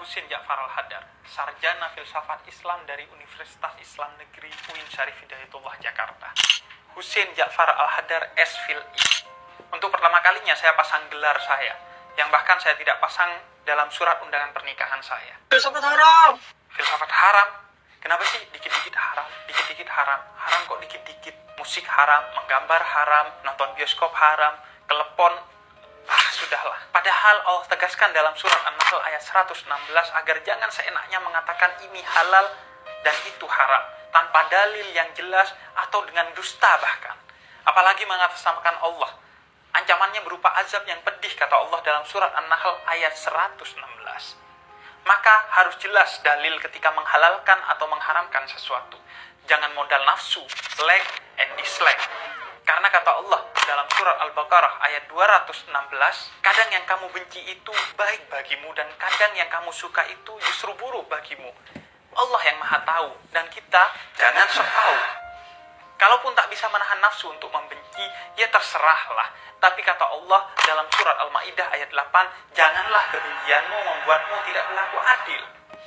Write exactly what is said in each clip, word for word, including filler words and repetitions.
Husain Ja'far Al-Haddar, sarjana filsafat Islam dari Universitas Islam Negeri U I N Syarif Hidayatullah Jakarta. Husain Ja'far Al-Haddar S Phil I. Untuk pertama kalinya saya pasang gelar saya, yang bahkan saya tidak pasang dalam surat undangan pernikahan saya. Filsafat haram. Filsafat haram? Kenapa sih dikit-dikit haram, dikit-dikit haram? Haram kok dikit-dikit? Musik haram, menggambar haram, nonton bioskop haram, telepon, ah sudahlah. Padahal Allah tegaskan dalam surat An-Nahl ayat seratus enam belas agar jangan seenaknya mengatakan ini halal dan itu haram, tanpa dalil yang jelas atau dengan dusta bahkan. Apalagi mengatasnamakan Allah. Ancamannya berupa azab yang pedih, kata Allah dalam surat An-Nahl ayat seratus enam belas. Maka harus jelas dalil ketika menghalalkan atau mengharamkan sesuatu. Jangan modal nafsu, like and dislike. Karena kata Allah dalam surat Al-Baqarah ayat dua ratus enam belas, kadang yang kamu benci itu baik bagimu dan kadang yang kamu suka itu justru buruk bagimu. Allah yang maha tahu dan kita jangan sok tahu. Kalaupun tak bisa menahan nafsu untuk membenci, ya terserahlah. Tapi kata Allah dalam surat Al-Ma'idah ayat delapan, janganlah kebencianmu membuatmu tidak berlaku adil.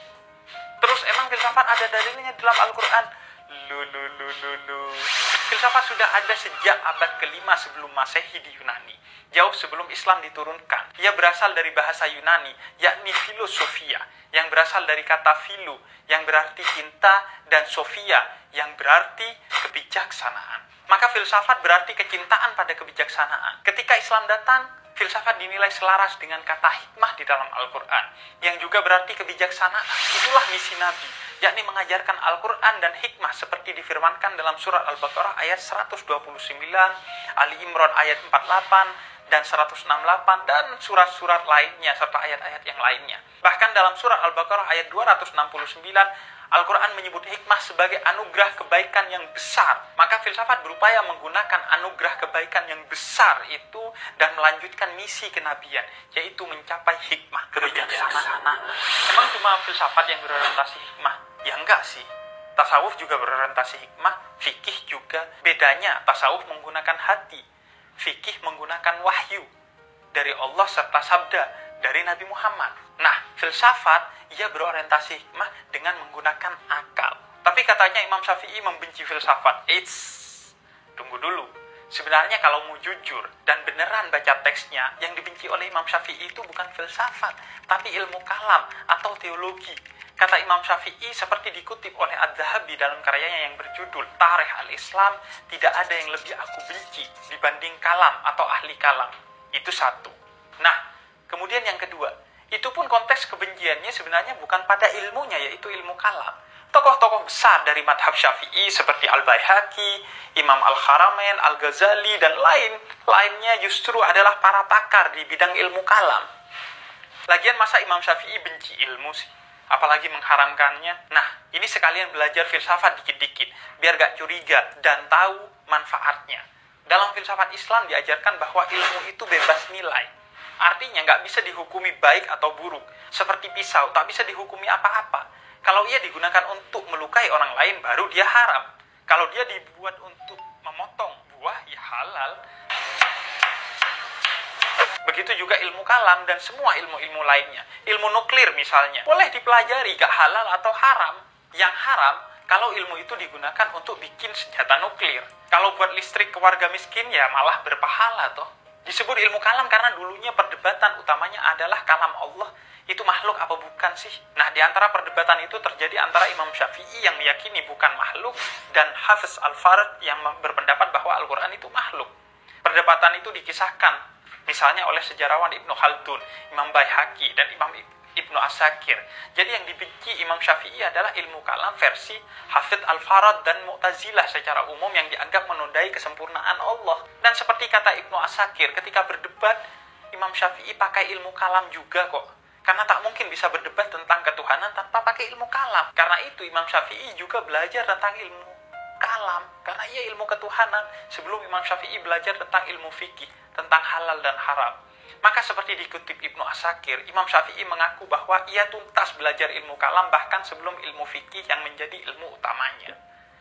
Terus emang filsafat ada dalilnya dalam Al-Quran? Lulu, lulu, lulu. Filsafat sudah ada sejak abad kelima sebelum Masehi di Yunani, jauh sebelum Islam diturunkan. Ia berasal dari bahasa Yunani, yakni filosofia, yang berasal dari kata filu, yang berarti cinta, dan sofia, yang berarti kebijaksanaan. Maka filsafat berarti kecintaan pada kebijaksanaan. Ketika Islam datang, filsafat dinilai selaras dengan kata hikmah di dalam Al-Quran, yang juga berarti kebijaksanaan. Itulah misi Nabi, yakni mengajarkan Al-Quran dan hikmah seperti difirmankan dalam surat Al-Baqarah ayat seratus dua puluh sembilan, Ali Imran ayat empat puluh delapan, dan seratus enam puluh delapan, dan surat-surat lainnya, serta ayat-ayat yang lainnya. Bahkan dalam surat Al-Baqarah ayat dua ratus enam puluh sembilan, Al-Quran menyebut hikmah sebagai anugerah kebaikan yang besar. Maka filsafat berupaya menggunakan anugerah kebaikan yang besar itu dan melanjutkan misi kenabian, yaitu mencapai hikmah, kebijaksanaan. Emang cuma filsafat yang berorientasi hikmah? Ya enggak sih. Tasawuf juga berorientasi hikmah, fikih juga. Bedanya, tasawuf menggunakan hati, fikih menggunakan wahyu dari Allah serta sabda dari Nabi Muhammad. Nah, filsafat ia berorientasi hikmah dengan menggunakan akal. Tapi katanya Imam Syafi'i membenci filsafat. Eits, tunggu dulu. Sebenarnya kalau mau jujur dan beneran baca teksnya, yang dibenci oleh Imam Syafi'i itu bukan filsafat, tapi ilmu kalam atau teologi. Kata Imam Syafi'i seperti dikutip oleh Adz-Dzahabi dalam karyanya yang berjudul Tarikh Al-Islam, tidak ada yang lebih aku benci dibanding kalam atau ahli kalam. Itu satu. Nah, kemudian yang kedua, itu pun konteks kebenciannya sebenarnya bukan pada ilmunya, yaitu ilmu kalam. Tokoh-tokoh besar dari madhab Syafi'i seperti Al-Baihaqi, Imam Al-Haramain, Al-Ghazali, dan lain-lainnya justru adalah para pakar di bidang ilmu kalam. Lagian masa Imam Syafi'i benci ilmu sih? Apalagi mengharamkannya? Nah, ini sekalian belajar filsafat dikit-dikit, biar gak curiga dan tahu manfaatnya. Dalam filsafat Islam diajarkan bahwa ilmu itu bebas nilai. Artinya nggak bisa dihukumi baik atau buruk. Seperti pisau, tak bisa dihukumi apa-apa. Kalau ia digunakan untuk melukai orang lain, baru dia haram. Kalau dia dibuat untuk memotong buah, ya halal. Begitu juga ilmu kalam dan semua ilmu-ilmu lainnya. Ilmu nuklir misalnya, boleh dipelajari, gak halal atau haram. Yang haram, kalau ilmu itu digunakan untuk bikin senjata nuklir. Kalau buat listrik ke warga miskin, ya malah berpahala toh. Disebut ilmu kalam karena dulunya perdebatan utamanya adalah kalam Allah itu makhluk apa bukan sih? Nah, di antara perdebatan itu terjadi antara Imam Syafi'i yang meyakini bukan makhluk dan Hafiz Al-Fard yang berpendapat bahwa Al-Quran itu makhluk. Perdebatan itu dikisahkan misalnya oleh sejarawan Ibnu Khaldun, Imam Baihaqi, dan Imam Ibnu Asakir. Jadi yang dibenci Imam Syafi'i adalah ilmu kalam versi Hafidz Al-Farad dan Mu'tazilah secara umum yang dianggap menodai kesempurnaan Allah. Dan seperti kata Ibnu Asakir, ketika berdebat, Imam Syafi'i pakai ilmu kalam juga kok. Karena tak mungkin bisa berdebat tentang ketuhanan tanpa pakai ilmu kalam. Karena itu Imam Syafi'i juga belajar tentang ilmu kalam. Karena ia ilmu ketuhanan sebelum Imam Syafi'i belajar tentang ilmu fikih, tentang halal dan haram. Maka seperti dikutip Ibnu Asakir, Imam Syafi'i mengaku bahwa ia tuntas belajar ilmu kalam bahkan sebelum ilmu fikih yang menjadi ilmu utamanya.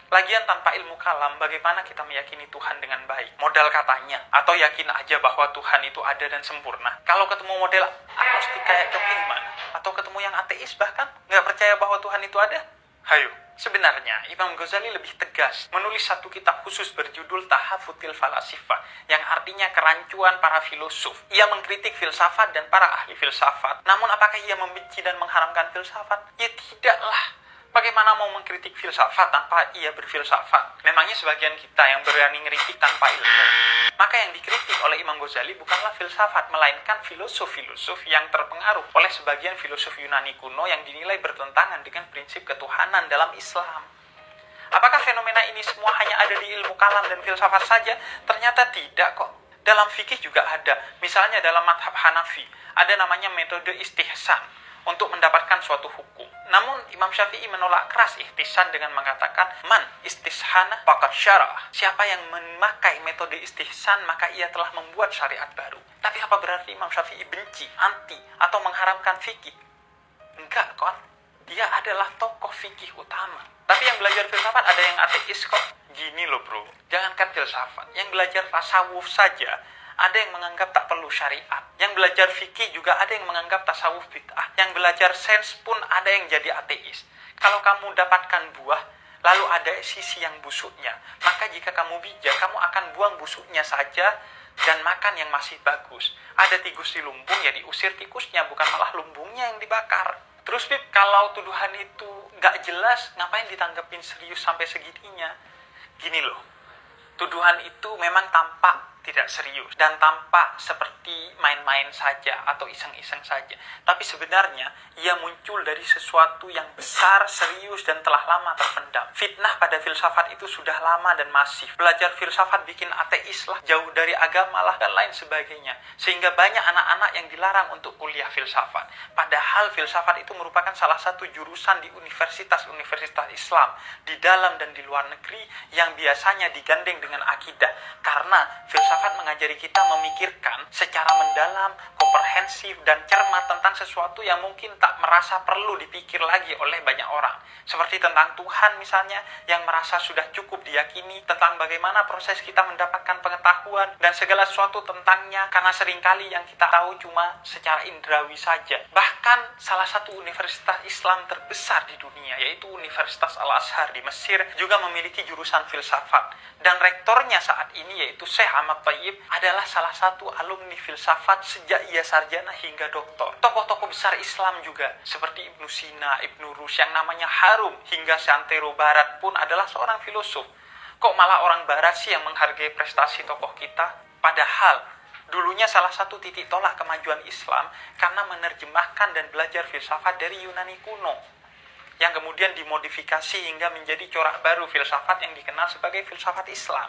Lagian tanpa ilmu kalam, bagaimana kita meyakini Tuhan dengan baik? Modal katanya, atau yakin aja bahwa Tuhan itu ada dan sempurna. Kalau ketemu model agnostik kayak Coki gimana? Atau ketemu yang ateis bahkan, nggak percaya bahwa Tuhan itu ada? Hayo. Sebenarnya, Imam Ghazali lebih tegas menulis satu kitab khusus berjudul Tahafutil Falasifah, yang artinya kerancuan para filosof. Ia mengkritik filsafat dan para ahli filsafat. Namun apakah ia membenci dan mengharamkan filsafat? Ya tidaklah. Bagaimana mau mengkritik filsafat tanpa ia berfilsafat? Memangnya sebagian kita yang berani ngeritik tanpa ilmu? Maka yang dikritik oleh Imam Ghazali bukanlah filsafat, melainkan filosof-filosof yang terpengaruh oleh sebagian filosof Yunani kuno yang dinilai bertentangan dengan prinsip ketuhanan dalam Islam. Apakah fenomena ini semua hanya ada di ilmu kalam dan filsafat saja? Ternyata tidak kok. Dalam fikih juga ada. Misalnya dalam madhab Hanafi, ada namanya metode istihsan untuk mendapatkan suatu hukum. Namun Imam Syafi'i menolak keras ihtisan dengan mengatakan man istishana faqad syara'ah. Siapa yang memakai metode istihsan maka ia telah membuat syariat baru. Tapi apa berarti Imam Syafi'i benci, anti atau mengharamkan fikih? Enggak kon. Dia adalah tokoh fikih utama. Tapi yang belajar filsafat ada yang ateis kok. Gini loh bro, jangankan filsafat, yang belajar tasawuf saja ada yang menganggap tak perlu syariat. Yang belajar fikih juga ada yang menganggap tasawuf bid'ah. Yang belajar sains pun ada yang jadi ateis. Kalau kamu dapatkan buah, lalu ada sisi yang busuknya, maka jika kamu bijak, kamu akan buang busuknya saja dan makan yang masih bagus. Ada tikus di lumbung, ya diusir tikusnya, bukan malah lumbungnya yang dibakar. Terus Bib, kalau tuduhan itu gak jelas, ngapain ditanggepin serius sampai segininya? Gini loh, tuduhan itu memang tampak tidak serius dan tampak seperti main-main saja atau iseng-iseng saja. Tapi sebenarnya ia muncul dari sesuatu yang besar, serius, dan telah lama terpendam. Fitnah pada filsafat itu sudah lama dan masif. Belajar filsafat bikin ateis lah, jauh dari agama lah, dan lain sebagainya. Sehingga banyak anak-anak yang dilarang untuk kuliah filsafat. Padahal filsafat itu merupakan salah satu jurusan di universitas-universitas Islam di dalam dan di luar negeri yang biasanya digandeng dengan akidah. Karena filsafat mengajari kita memikirkan secara mendalam, komprehensif, dan cermat tentang sesuatu yang mungkin tak merasa perlu dipikir lagi oleh banyak orang. Seperti tentang Tuhan misalnya, yang merasa sudah cukup diyakini, tentang bagaimana proses kita mendapatkan pengetahuan, dan segala sesuatu tentangnya, karena seringkali yang kita tahu cuma secara indrawi saja. Bahkan salah satu universitas Islam terbesar di dunia, yaitu Universitas Al-Azhar di Mesir, juga memiliki jurusan filsafat. Dan rektornya saat ini, yaitu Syekh Ahmad Thayyib, adalah salah satu alumni filsafat sejak ia sarjana hingga doktor. Tokoh-tokoh besar Islam juga, seperti Ibnu Sina, Ibnu Rus, yang namanya Harum, hingga Santero Barat pun adalah seorang filosof. Kok malah orang Barat sih yang menghargai prestasi tokoh kita? Padahal dulunya salah satu titik tolak kemajuan Islam karena menerjemahkan dan belajar filsafat dari Yunani kuno, yang kemudian dimodifikasi hingga menjadi corak baru filsafat yang dikenal sebagai filsafat Islam.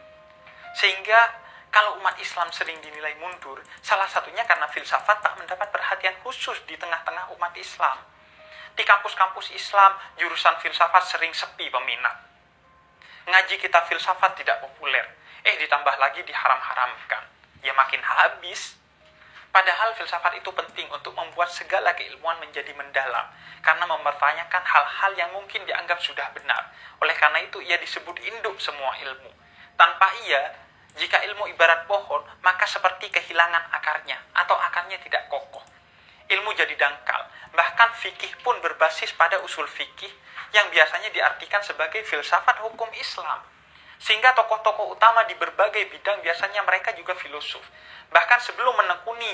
Sehingga kalau umat Islam sering dinilai mundur, salah satunya karena filsafat tak mendapat perhatian khusus di tengah-tengah umat Islam. Di kampus-kampus Islam, jurusan filsafat sering sepi peminat. Ngaji kitab filsafat tidak populer. Eh, ditambah lagi diharam-haramkan. Ya makin habis. Padahal filsafat itu penting untuk membuat segala keilmuan menjadi mendalam, karena mempertanyakan hal-hal yang mungkin dianggap sudah benar. Oleh karena itu ia disebut induk semua ilmu. Tanpa ia, jika ilmu ibarat pohon, maka seperti kehilangan akarnya, atau akarnya tidak kokoh. Ilmu jadi dangkal. Bahkan fikih pun berbasis pada usul fikih yang biasanya diartikan sebagai filsafat hukum Islam. Sehingga tokoh-tokoh utama di berbagai bidang biasanya mereka juga filosof. Bahkan sebelum menekuni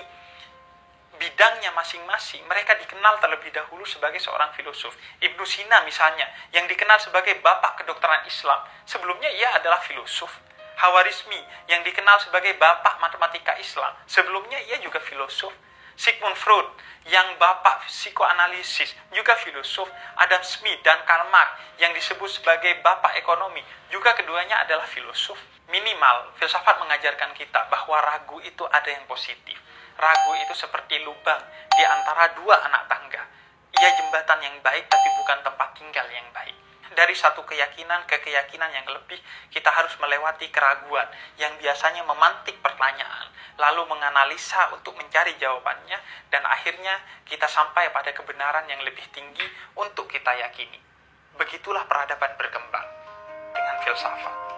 bidangnya masing-masing, mereka dikenal terlebih dahulu sebagai seorang filosof. Ibnu Sina misalnya, yang dikenal sebagai bapak kedokteran Islam, sebelumnya ia adalah filosof. Hawarizmi, yang dikenal sebagai bapak matematika Islam, sebelumnya ia juga filosof. Sigmund Freud, yang bapak psikoanalisis, juga filosof. Adam Smith dan Karl Marx, yang disebut sebagai bapak ekonomi, juga keduanya adalah filosof. Minimal, filsafat mengajarkan kita bahwa ragu itu ada yang positif. Ragu itu seperti lubang di antara dua anak tangga. Ia jembatan yang baik, tapi bukan tempat tinggal yang baik. Dari satu keyakinan ke keyakinan yang lebih, kita harus melewati keraguan yang biasanya memantik pertanyaan, lalu menganalisa untuk mencari jawabannya, dan akhirnya kita sampai pada kebenaran yang lebih tinggi untuk kita yakini. Begitulah peradaban berkembang. filsafat.